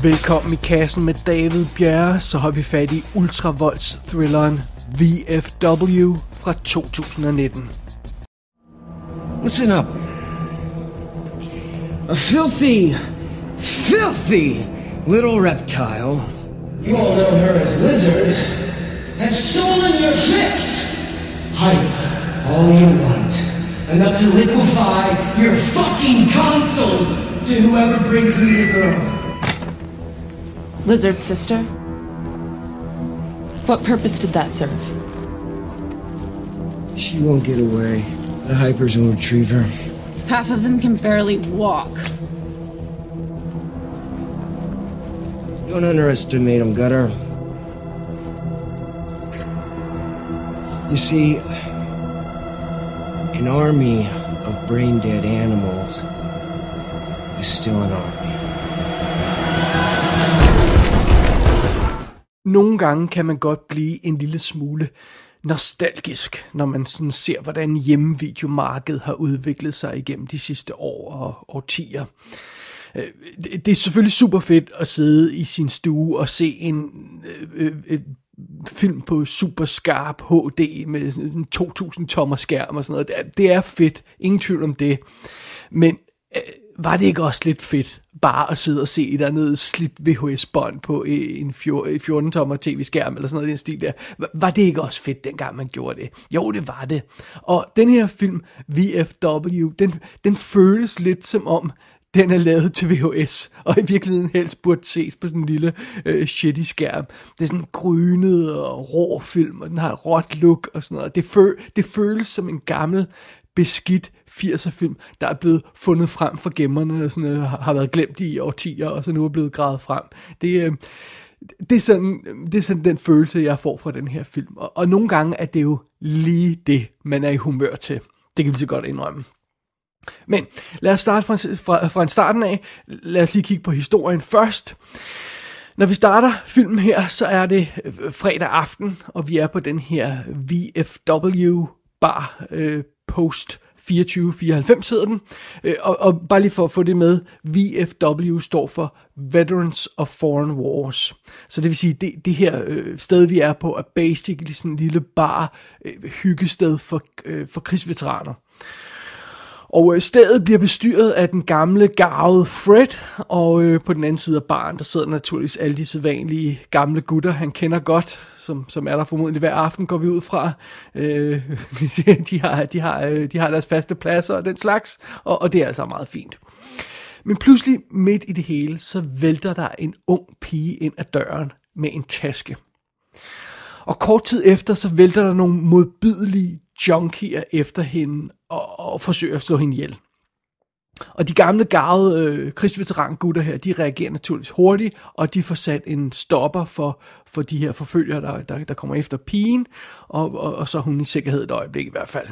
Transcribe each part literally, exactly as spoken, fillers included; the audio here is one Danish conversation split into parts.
Velkommen i kassen med David Bjerre, så har vi fat i ultravolds-thrilleren V F W fra to tusind nitten. Listen up. A filthy, filthy little reptile. You all know her as Lizard. Has stolen your fix. Hype all you want. Enough to liquefy your fucking tonsils to whoever brings me the girl. Lizard's sister? What purpose did that serve? She won't get away. The Hypers will retrieve her. Half of them can barely walk. Don't underestimate them, Gutter. You see, an army of brain-dead animals is still an army. Nogle gange kan man godt blive en lille smule nostalgisk, når man sådan ser, hvordan hjemmevideomarkedet har udviklet sig igennem de sidste år og årtier. Det er selvfølgelig super fedt at sidde i sin stue og se en øh, øh, film på super skarp H D med en to tusind tommer skærm og sådan noget. Det er fedt, ingen tvivl om det. Men øh, var det ikke også lidt fedt bare at sidde og se et andet slidt V H S-bånd på en fjorten tommer tv-skærm eller sådan noget i den stil der? Var det ikke også fedt, dengang man gjorde det? Jo, det var det. Og den her film, V F W, den, den føles lidt som om, den er lavet til V H S, og i virkeligheden helst burde ses på sådan en lille øh, shitty skærm. Det er sådan en grynet og rå film, og den har et råt look og sådan noget. Det, føl- det føles som en gammel, beskidt firser film, der er blevet fundet frem fra gemmerne, og sådan, øh, har været glemt i årtier, og så nu er blevet gravet frem. Det, øh, det, er sådan, det er sådan den følelse, jeg får fra den her film. Og, og nogle gange er det jo lige det, man er i humør til. Det kan vi så godt indrømme. Men lad os starte fra, fra, fra en starten af. Lad os lige kigge på historien først. Når vi starter filmen her, så er det fredag aften, og vi er på den her V F W bar, øh, post fireogtyve fireoghalvfems hedder den. Øh, og, og bare lige for at få det med, V F W står for Veterans of Foreign Wars. Så det vil sige, det, det her øh, sted, vi er på, er basically sådan en lille bar, øh, hyggested for, øh, for krigsveteraner. Og stedet bliver bestyret af den gamle, garvede Fred, og øh, på den anden side af baren, der sidder naturligvis alle de sædvanlige gamle gutter, han kender godt, som, som er der formodentlig hver aften, går vi ud fra. Øh, de, har, de, har, de har deres faste pladser og den slags, og, og det er altså meget fint. Men pludselig midt i det hele, så vælter der en ung pige ind ad døren med en taske. Og kort tid efter, så vælter der nogle modbydelige junkier efter hende og, og forsøger at slå hende ihjel. Og de gamle garvede øh, krigsveterangutter her, de reagerer naturligvis hurtigt, og de får sat en stopper for, for de her forfølgere, der, der, der kommer efter pigen, og, og, og så er hun i sikkerhed et øjeblik i hvert fald.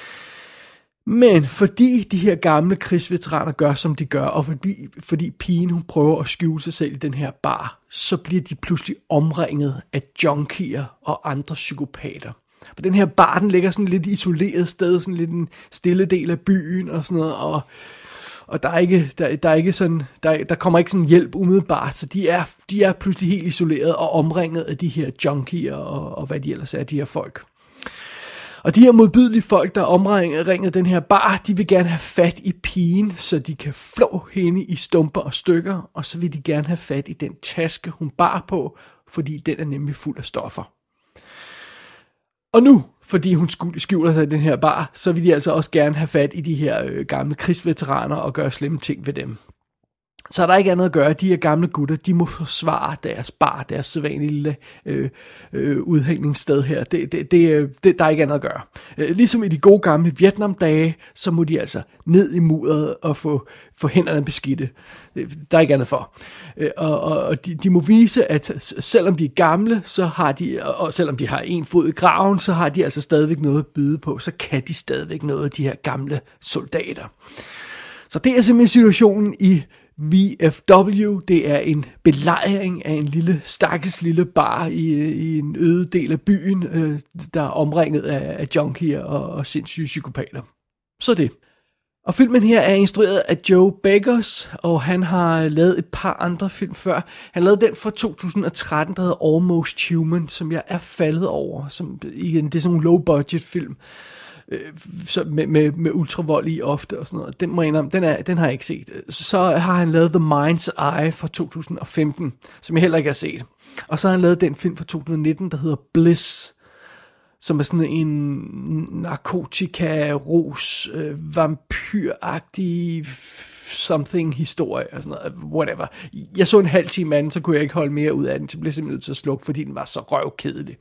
Men fordi de her gamle krigsveteraner gør, som de gør, og fordi, fordi pigen hun prøver at skjule sig selv i den her bar, så bliver de pludselig omringet af junkier og andre psykopater. For den her bar, den ligger sådan lidt isoleret sted, sådan lidt en stille del af byen og sådan noget, og, og der er ikke, der, der er ikke sådan, der, der kommer ikke sådan hjælp umiddelbart, så de er, de er pludselig helt isoleret og omringet af de her junkier og, og hvad de ellers er, de her folk. Og de her modbydelige folk, der omringet den her bar, de vil gerne have fat i pigen, så de kan flå hende i stumper og stykker, og så vil de gerne have fat i den taske, hun bar på, fordi den er nemlig fuld af stoffer. Og nu, fordi hun skjuler sig i den her bar, så vil de altså også gerne have fat i de her øh, gamle krigsveteraner og gøre slemme ting ved dem. Så er der ikke andet at gøre. De her gamle gutter, de må forsvare deres bar, deres sædvanlige lille øh, øh, udhængningssted her. Det, det, det, det, der er ikke andet at gøre. Øh, ligesom i de gode gamle Vietnam-dage, så må de altså ned i mudderet og få, få hænderne beskidte. Der er ikke andet for. Øh, og og de, de må vise, at selvom de er gamle, så har de, og selvom de har en fod i graven, så har de altså stadigvæk noget at byde på. Så kan de stadigvæk noget af de her gamle soldater. Så det er simpelthen situationen i V F W. Det er en belejring af en lille, stakkels lille bar i, i en øde del af byen, øh, der er omringet af, af junkier og, og sindssyge psykopater. Så det. Og filmen her er instrueret af Joe Begos, og han har lavet et par andre film før. Han lavede den fra to tusind og tretten, der hedder Almost Human, som jeg er faldet over. Som, igen, det er sådan en low-budget film, øh, så med, med, med ultravold i ofte og sådan noget. Den, må jeg indrømme, den, er, den har jeg ikke set. Så har han lavet The Mind's Eye fra to tusind og femten, som jeg heller ikke har set. Og så har han lavet den film fra to tusind og nitten, der hedder Bliss, som er sådan en narkotika, ros, øh, vampyragtig something historie og sådan noget, whatever. Jeg så en halv time anden, så kunne jeg ikke holde mere ud af den, så blev jeg simpelthen nødt til at slukke, fordi den var så røvkedelig.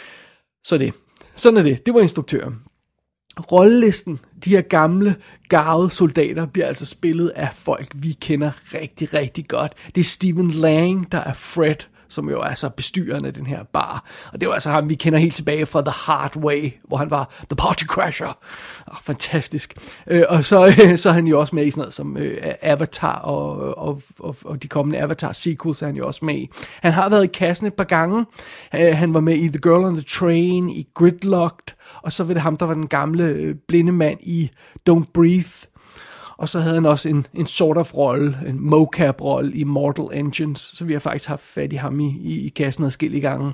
Så det. Sådan er det. Det var instruktøren. Rollelisten, de her gamle, garvede soldater, bliver altså spillet af folk, vi kender rigtig, rigtig godt. Det er Stephen Lang, der er Fred, som jo er så bestyreren af den her bar. Og det var altså ham, vi kender helt tilbage fra The Hard Way, hvor han var The Party Crasher. Oh, fantastisk. Øh, og så, øh, så er han jo også med i sådan noget som øh, Avatar og, og, og, og de kommende Avatar sequels er han jo også med i. Han har været i kassen et par gange. Øh, han var med i The Girl on the Train, i Gridlocked, og så var det ham, der var den gamle øh, blinde mand i Don't Breathe. Og så havde han også en, en sort of rolle, en mocap-rolle i Mortal Engines, så vi har faktisk haft fat i ham i, i, i kassen adskillige gange.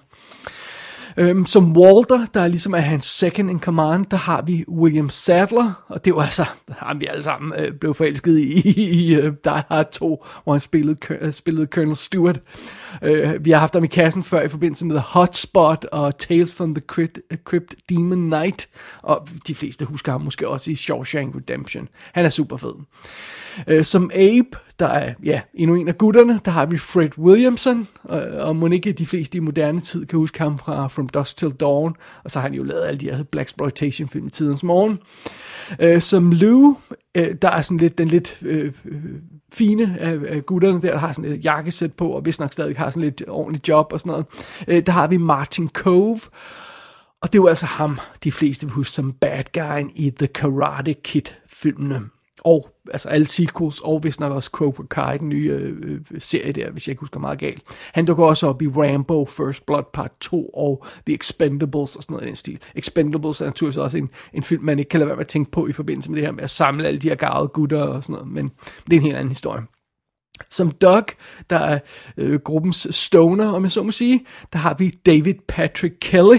Øhm, som Walter, der ligesom er hans second in command, der har vi William Sadler, og det var altså, ham vi alle sammen øh, blev forelsket i, i, i uh, Die Hard to, hvor han spillede, spillede Colonel Stewart. Øh, vi har haft ham i kassen før i forbindelse med Hotspot og Tales from the Crypt, Crypt Demon Knight, og de fleste husker ham måske også i Shawshank Redemption. Han er super fed. Øh, som Abe, der er ja, endnu en af gutterne, der har vi Fred Williamson, og, og må ikke de fleste i moderne tid kan huske ham fra From Dusk Till Dawn, og så har han jo lavet alle de her Blaxploitation film i tidens morgen. Øh, som Lou, øh, der er sådan lidt den lidt øh, fine af, af gutterne der, der har sådan et jakkesæt på, og hvis nok stadig har sådan lidt ordentligt job og sådan noget. Øh, der har vi Martin Kove, og det er jo altså ham, de fleste vil huske som bad guyen i The Karate Kid-filmene. Og altså alle sequels, og hvis nok også Cobra Kai, den nye øh, serie der, hvis jeg ikke husker meget galt. Han dukker også op i Rambo, First Blood Part to og The Expendables og sådan noget i den stil. Expendables er naturligvis også en, en film, man ikke kan lade være med at tænke på i forbindelse med det her med at samle alle de her garvede gutter og sådan noget, men det er en helt anden historie. Som Doug, der er øh, gruppens stoner, om jeg så må sige, der har vi David Patrick Kelly.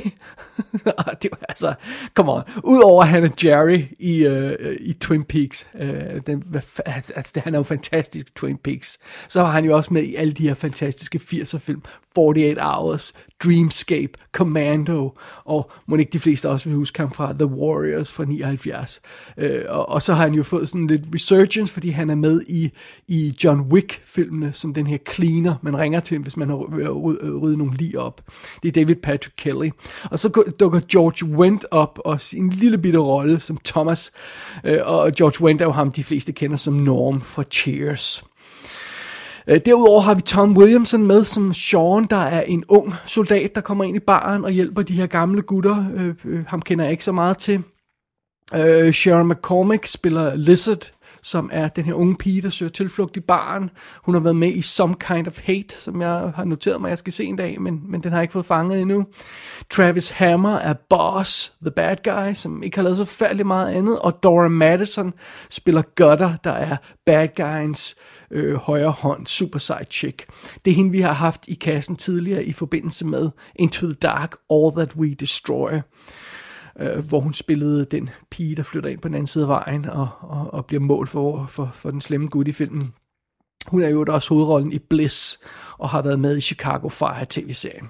Det var altså, come on. Udover at han er Jerry i, øh, i Twin Peaks, øh, den, altså det, han er jo fantastisk i Twin Peaks, så var han jo også med i alle de her fantastiske firser film, forty-eight hours, Dreamscape, Commando, og må ikke de fleste også vil huske ham fra The Warriors fra nioghalvfjerds. Øh, og, og så har han jo fået sådan lidt resurgence, fordi han er med i, i John Wick-filmene, som den her cleaner, man ringer til, hvis man har ryddet nogle lig op. Det er David Patrick Kelly. Og så dukker George Wendt op, og en lille bitte rolle som Thomas. Øh, og George Wendt er jo ham, de fleste kender som Norm fra Cheers. Derudover har vi Tom Williamson med som Sean, der er en ung soldat, der kommer ind i baren og hjælper de her gamle gutter. Øh, øh, ham kender jeg ikke så meget til. Øh, Sharon McCormick spiller Lizard, som er den her unge pige, der søger tilflugt i baren. Hun har været med i Some Kind of Hate, som jeg har noteret mig, jeg skal se en dag, men, men den har jeg ikke fået fanget endnu. Travis Hammer er Boss, the bad guy, som ikke har lavet så færdig meget andet. Og Dora Madison spiller Gutter, der er bad guyens øh, højre hånd, super side chick. Det er hende, vi har haft i kassen tidligere i forbindelse med Into the Dark, All That We Destroy. Øh, hvor hun spillede den pige, der flytter ind på den anden side af vejen og, og, og bliver mål for, for, for den slemme gut i filmen. Hun er jo også hovedrollen i Bliss og har været med i Chicago Fire tv-serien.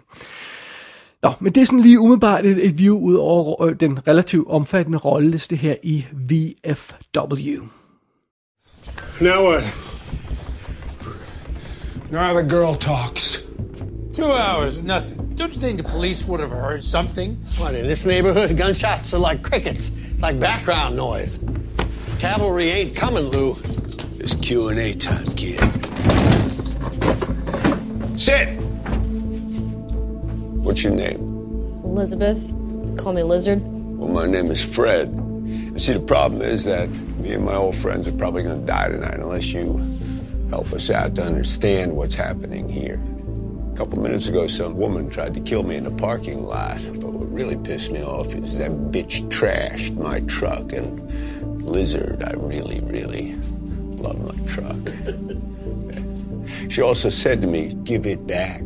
Nå, men det er sådan lige umiddelbart et, et view ud over øh, den relativt omfattende rolleliste her i V F W. Now what? Now the girl talks. Two hours, nothing. Don't you think the police would have heard something? What, in this neighborhood, gunshots are like crickets. It's like background noise. Cavalry ain't coming, Lou. It's Q and A time, kid. Sit! What's your name? Elizabeth. Call me Lizard. Well, my name is Fred. And see, the problem is that me and my old friends are probably going to die tonight unless you help us out to understand what's happening here. A couple minutes ago, some woman tried to kill me in the parking lot. But what really pissed me off is that bitch trashed my truck and Lizard, I really, really love my truck. She also said to me, give it back.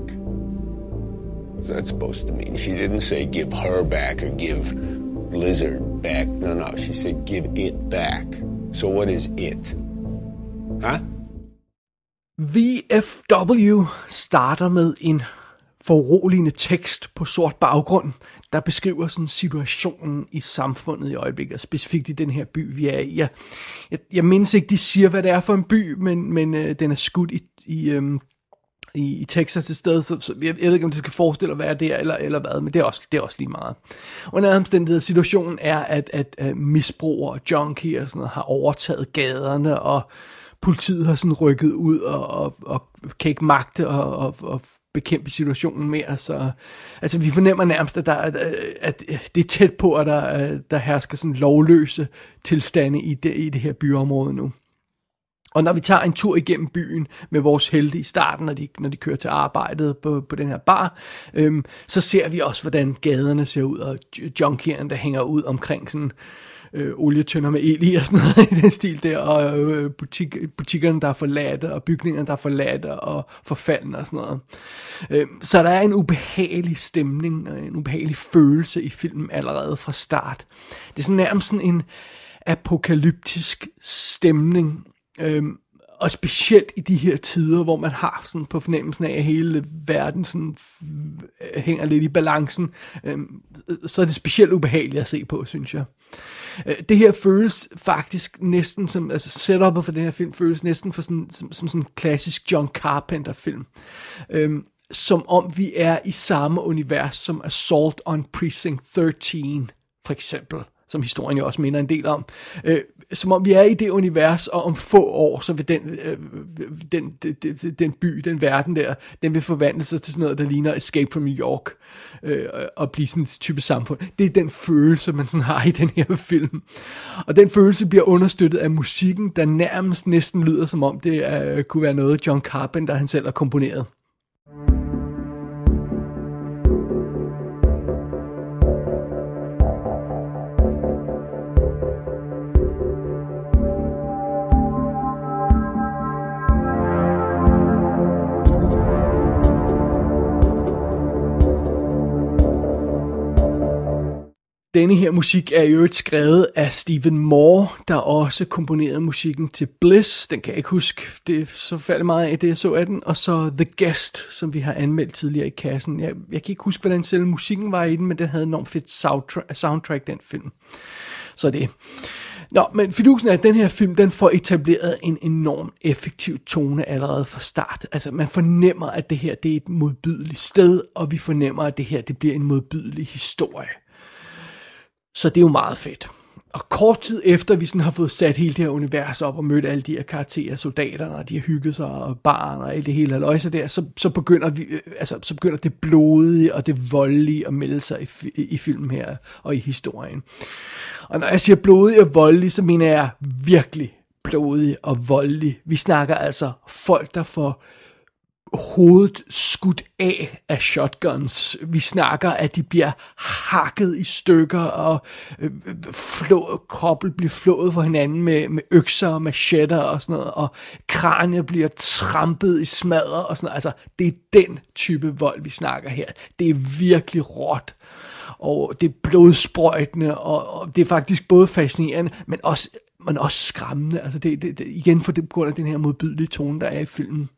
What's that supposed to mean? She didn't say give her back or give Lizard back. No, no, she said give it back. So what is it? Huh? V F W starter med en foruroligende tekst på sort baggrund, der beskriver sådan situationen i samfundet i øjeblikket, og specifikt i den her by, vi er i. Jeg, jeg, jeg mindes ikke, de siger, hvad det er for en by, men, men øh, den er skudt i, i, øhm, i, i Texas til sted, så, så jeg, jeg ved ikke, om det skal forestille at være der, eller, eller hvad, men det er, også, det er også lige meget. Og en anden omstændighed, situationen er, at, at, at misbrugere og junkier og sådan noget, har overtaget gaderne, og politiet har sådan rykket ud, og, og, og kan ikke magte og, og, og bekæmpe situationen mere, så altså vi fornemmer nærmest, at, der, at, at det er tæt på, at der, der hersker sådan lovløse tilstande i det, i det her byområde nu. Og når vi tager en tur igennem byen med vores helte i starten, når de, når de kører til arbejdet på, på den her bar, øhm, så ser vi også, hvordan gaderne ser ud, og junkierne, der hænger ud omkring sådan øh, olietønder med el i og sådan noget i den stil der, og øh, butik, butikkerne, der er forladte, og bygningerne, der er forladte og forfaldne og sådan noget. Øh, så der er en ubehagelig stemning, og en ubehagelig følelse i filmen allerede fra start. Det er sådan nærmest sådan en apokalyptisk stemning, Øhm, og specielt i de her tider, hvor man har sådan på fornemmelsen af, at hele verden sådan f- hænger lidt i balancen, øhm, så er det specielt ubehageligt at se på, synes jeg. Øh, det her føles faktisk næsten som, altså setupet for den her film føles næsten for sådan, som, som sådan en klassisk John Carpenter film. Øhm, som om vi er i samme univers som Assault on Precinct tretten, for eksempel, som historien jo også minder en del om. Øh, som om vi er i det univers, og om få år, så vil den, øh, den, den, den, den by, den verden der, den vil forvandle sig til sådan noget, der ligner Escape from New York, øh, og blive sådan en type samfund. Det er den følelse, man sådan har i den her film. Og den følelse bliver understøttet af musikken, der nærmest næsten lyder, som om det øh, kunne være noget, John Carpenter han selv har komponeret. Denne her musik er jo skrevet af Stephen Moore, der også komponerede musikken til Bliss. Den kan jeg ikke huske, det er så færdig meget af det, jeg så af den. Og så The Guest, som vi har anmeldt tidligere i kassen. Jeg, jeg kan ikke huske, hvordan selv musikken var i den, men den havde enormt fedt soundtrack, soundtrack den film. Så det. Nå, men fidusen er, at den her film, den får etableret en enorm effektiv tone allerede fra start. Altså, man fornemmer, at det her, det er et modbydeligt sted, og vi fornemmer, at det her, det bliver en modbydelig historie. Så det er jo meget fedt. Og kort tid efter, vi sådan har fået sat hele det her univers op og mødt alle de her karakterer, soldaterne, og de har hygget sig, og barn og alt det hele løjse der, så, så, begynder vi, altså, så begynder det blodige og det voldelige at melde sig i, i, i filmen her og i historien. Og når jeg siger blodig og voldelig, så mener jeg virkelig blodig og voldelig. Vi snakker altså folk, der får hovedet skudt af af shotguns. Vi snakker, at de bliver hakket i stykker, og øh, flå, kroppen bliver flået for hinanden med, med økser og machetter og sådan noget, og kranier bliver trampet i smadret og sådan noget. Altså, det er den type vold, vi snakker her. Det er virkelig råt, og det er blodsprøjtende, og, og det er faktisk både fascinerende, men også, men også skræmmende. Altså, det, det, det, igen for det på grund af den her modbydelige tone, der er i filmen.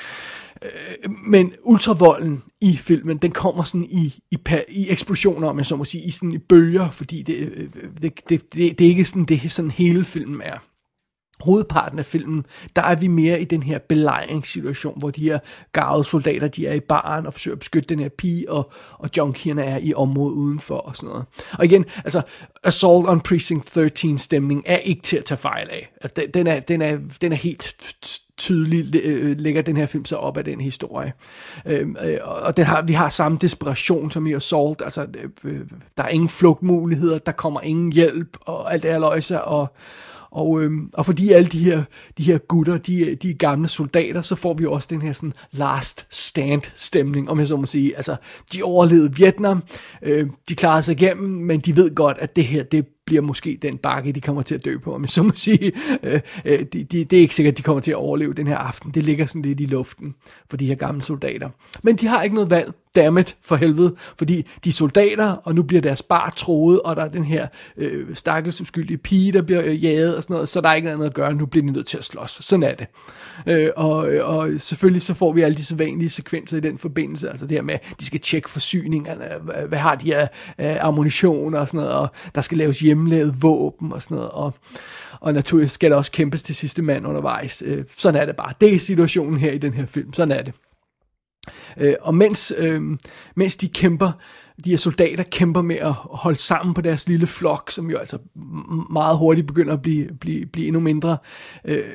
Men ultravolden i filmen, den kommer sådan i, i, i eksplosioner, om jeg så må sige, i sådan i bølger, fordi det, det, det, det, det er ikke sådan, det sådan hele filmen er. Hovedparten af filmen, der er vi mere i den her belejringssituation, hvor de her garvede soldater, de er i baren og forsøger at beskytte den her pige, og, og junkierne er i området udenfor og sådan noget. Og igen, altså, Assault on Precinct tretten stemning er ikke til at tage fejl af. Altså, den, er, den, er, den er helt tydeligt lægger den her film så op af den historie. Øhm, øh, og den har, vi har samme desperation som i Assault, altså øh, der er ingen flugtmuligheder, der kommer ingen hjælp, og alt det her løjse, og Og, øhm, og fordi alle de her, de her gutter, de, de er gamle soldater, så får vi også den her sådan last stand stemning, om jeg så må sige. Altså, de overlevede Vietnam, øh, de klarede sig igennem, men de ved godt, at det her, det, bliver måske den bakke, de kommer til at dø på, om jeg så må sige. Øh, øh, de, de, det er ikke sikkert, at de kommer til at overleve den her aften. Det ligger sådan lidt i luften for de her gamle soldater. Men de har ikke noget valg, dammit, for helvede, fordi de er soldater, og nu bliver deres bar troet, og der er den her øh, stakkels uskyldige pige, der bliver øh, jaget og sådan noget, så der er ikke noget at gøre, nu bliver de nødt til at slås. Sådan er det. Øh, og, og selvfølgelig så får vi alle de sædvanlige sekvenser i den forbindelse, altså det her med, at de skal tjekke forsyningerne, hvad har de af øh, ammunition og sådan noget, og der skal laves hjemmelavet våben og sådan noget, og, og naturligvis skal der også kæmpes til sidste mand undervejs. Øh, sådan er det bare. Det er situationen her i den her film. Sådan er det. Øh, og mens, øh, mens de kæmper, de her soldater kæmper med at holde sammen på deres lille flok, som jo altså meget hurtigt begynder at blive, blive, blive endnu mindre, øh,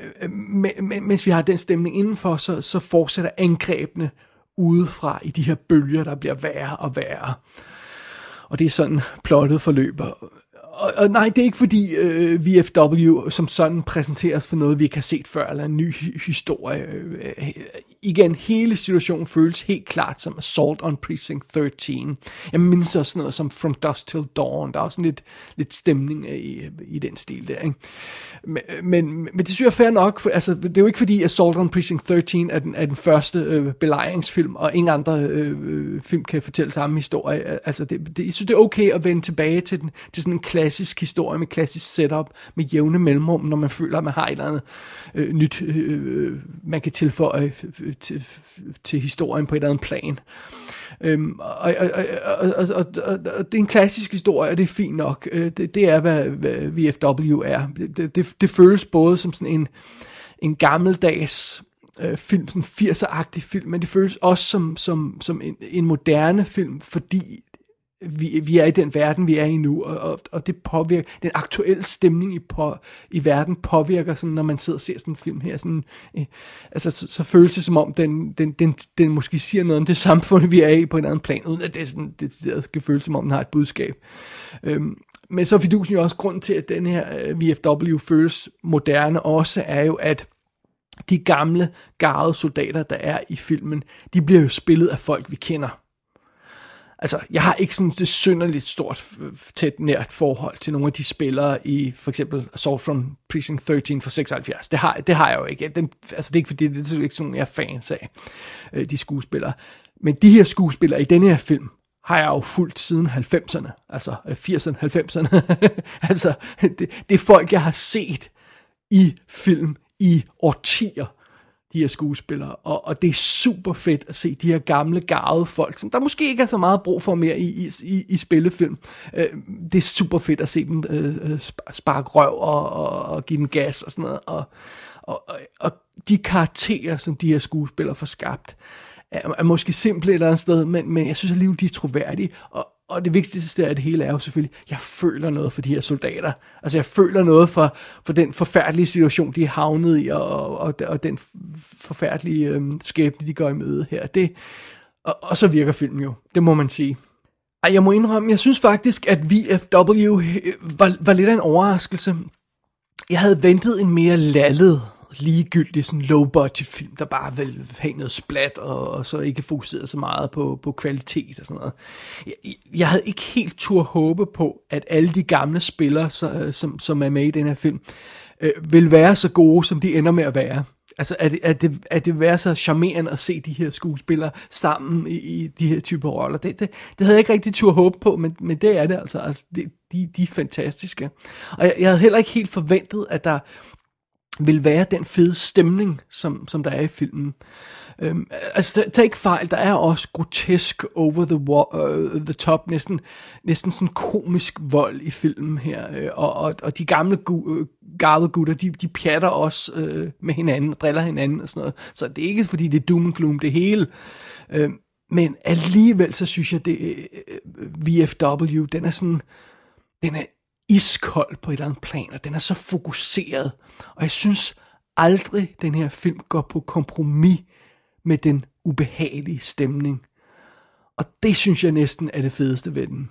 mens vi har den stemning indenfor, så, så fortsætter angrebene udefra i de her bølger, der bliver værre og værre. Og det er sådan plottet forløber. Og, og nej, det er ikke fordi øh, V F W som sådan præsenteres for noget, vi ikke har set før, eller en ny hi- historie. Øh, igen, hele situationen føles helt klart som Assault on Precinct tretten. Jeg mindes også noget som From Dusk Till Dawn. Der er også lidt, lidt stemning i, i den stil der, ikke? Men, men, men det synes jeg er fair nok, for, altså, det er jo ikke fordi Assault on Precinct tretten er den, er den første øh, belejringsfilm, og ingen andre øh, film kan fortælle samme historie. Altså, det, det, jeg synes, det er okay at vende tilbage til, den, til sådan en klassisk historie med klassisk setup, med jævne mellemrum, når man føler, at man har et eller andet øh, nyt, øh, man kan tilføje øh, til, til historien på et eller andet plan. Øhm, og, og, og, og, og, og, og det er en klassisk historie, og det er fint nok. Det, det er, hvad, hvad V F W er. Det, det, det føles både som sådan en, en gammeldags øh, film, sådan firser-agtig film, men det føles også som, som, som en, en moderne film, fordi Vi, vi er i den verden, vi er i nu, og, og det påvirker, den aktuelle stemning i, på, i verden påvirker, sådan, når man sidder og ser sådan en film her, sådan, øh, altså, så, så føles det som om, den, den, den, den måske siger noget om det samfund, vi er i på en anden plan, uden at det, sådan, det, det skal føles som om, den har et budskab. Øhm, men så er fidusen jo også grund til, at den her uh, V F W føles moderne også, er jo, at de gamle, garvede soldater, der er i filmen, de bliver jo spillet af folk, vi kender. Altså, jeg har ikke sådan det synderligt stort, tæt nært forhold til nogle af de spillere i, for eksempel Assault from Precinct tretten fra seksoghalvfjerds. Det har, det har jeg jo ikke. Den, altså, det er ikke fordi, det er ikke sådan, jeg er fans af, de skuespillere. Men de her skuespillere i denne her film, har jeg jo fulgt siden halvfemserne. Altså, firserne, halvfemserne. altså, det, det er folk, jeg har set i film i årtier. De her skuespillere, og, og det er super fedt at se de her gamle, garvede folk, som der måske ikke er så meget brug for mere i, i, i spillefilm. Øh, det er super fedt at se dem øh, sparke røv og, og, og give den gas og sådan noget, og, og, og de karakterer, som de her skuespillere får skabt, er, er måske simple et eller andet sted, men, men jeg synes alligevel, de er troværdige, og Og det vigtigste af det hele er jo selvfølgelig, jeg føler noget for de her soldater. Altså jeg føler noget for, for den forfærdelige situation, de er havnet i, og, og, og den forfærdelige øhm, skæbne, de går i møde her. Det, og, og så virker filmen jo, det må man sige. Ej, jeg må indrømme, jeg synes faktisk, at V F W var, var lidt af en overraskelse. Jeg havde ventet en mere lallet, ligegyldig sådan low budget film, der bare vil have noget splat, og, og så ikke fokuseret så meget på, på kvalitet og sådan noget. Jeg, jeg havde ikke helt tur håbe på, at alle de gamle spillere, så, som, som er med i den her film, øh, vil være så gode, som de ender med at være. Altså, at det, at, det, at det være så charmerende at se de her skuespillere sammen i, i de her typer roller. Det, det, det havde jeg ikke rigtig tur håbe på, men, men det er det altså. altså det, de, de er fantastiske. Og jeg, jeg havde heller ikke helt forventet, at der vil være den fede stemning, som, som der er i filmen. Øhm, altså, tag ikke fejl, der er også grotesk over the, uh, the top, næsten, næsten sådan komisk vold i filmen her, øh, og, og, og de gamle gu, garvede gutter, de, de pjatter også øh, med hinanden, driller hinanden og sådan noget, så det er ikke fordi det er doom and gloom det hele, øh, men alligevel så synes jeg, det øh, V F W, den er sådan, den er iskold på et eller andet plan, og den er så fokuseret, og jeg synes aldrig, den her film går på kompromis med den ubehagelige stemning, og det synes jeg næsten er det fedeste ved den.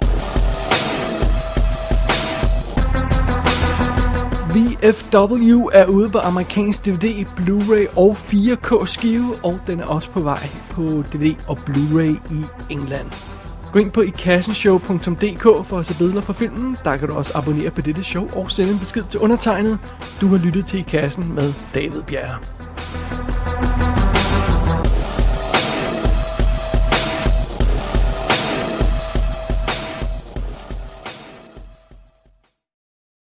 V F W er ude på amerikansk D V D, Blu-ray og fire K skive, og den er også på vej på D V D og Blu-ray i England. Gå ind på ikassenshow punktum d k for at se billeder fra filmen. Der kan du også abonnere på dette show og sende en besked til undertegnet. Du har lyttet til I Kassen med David Bjerre.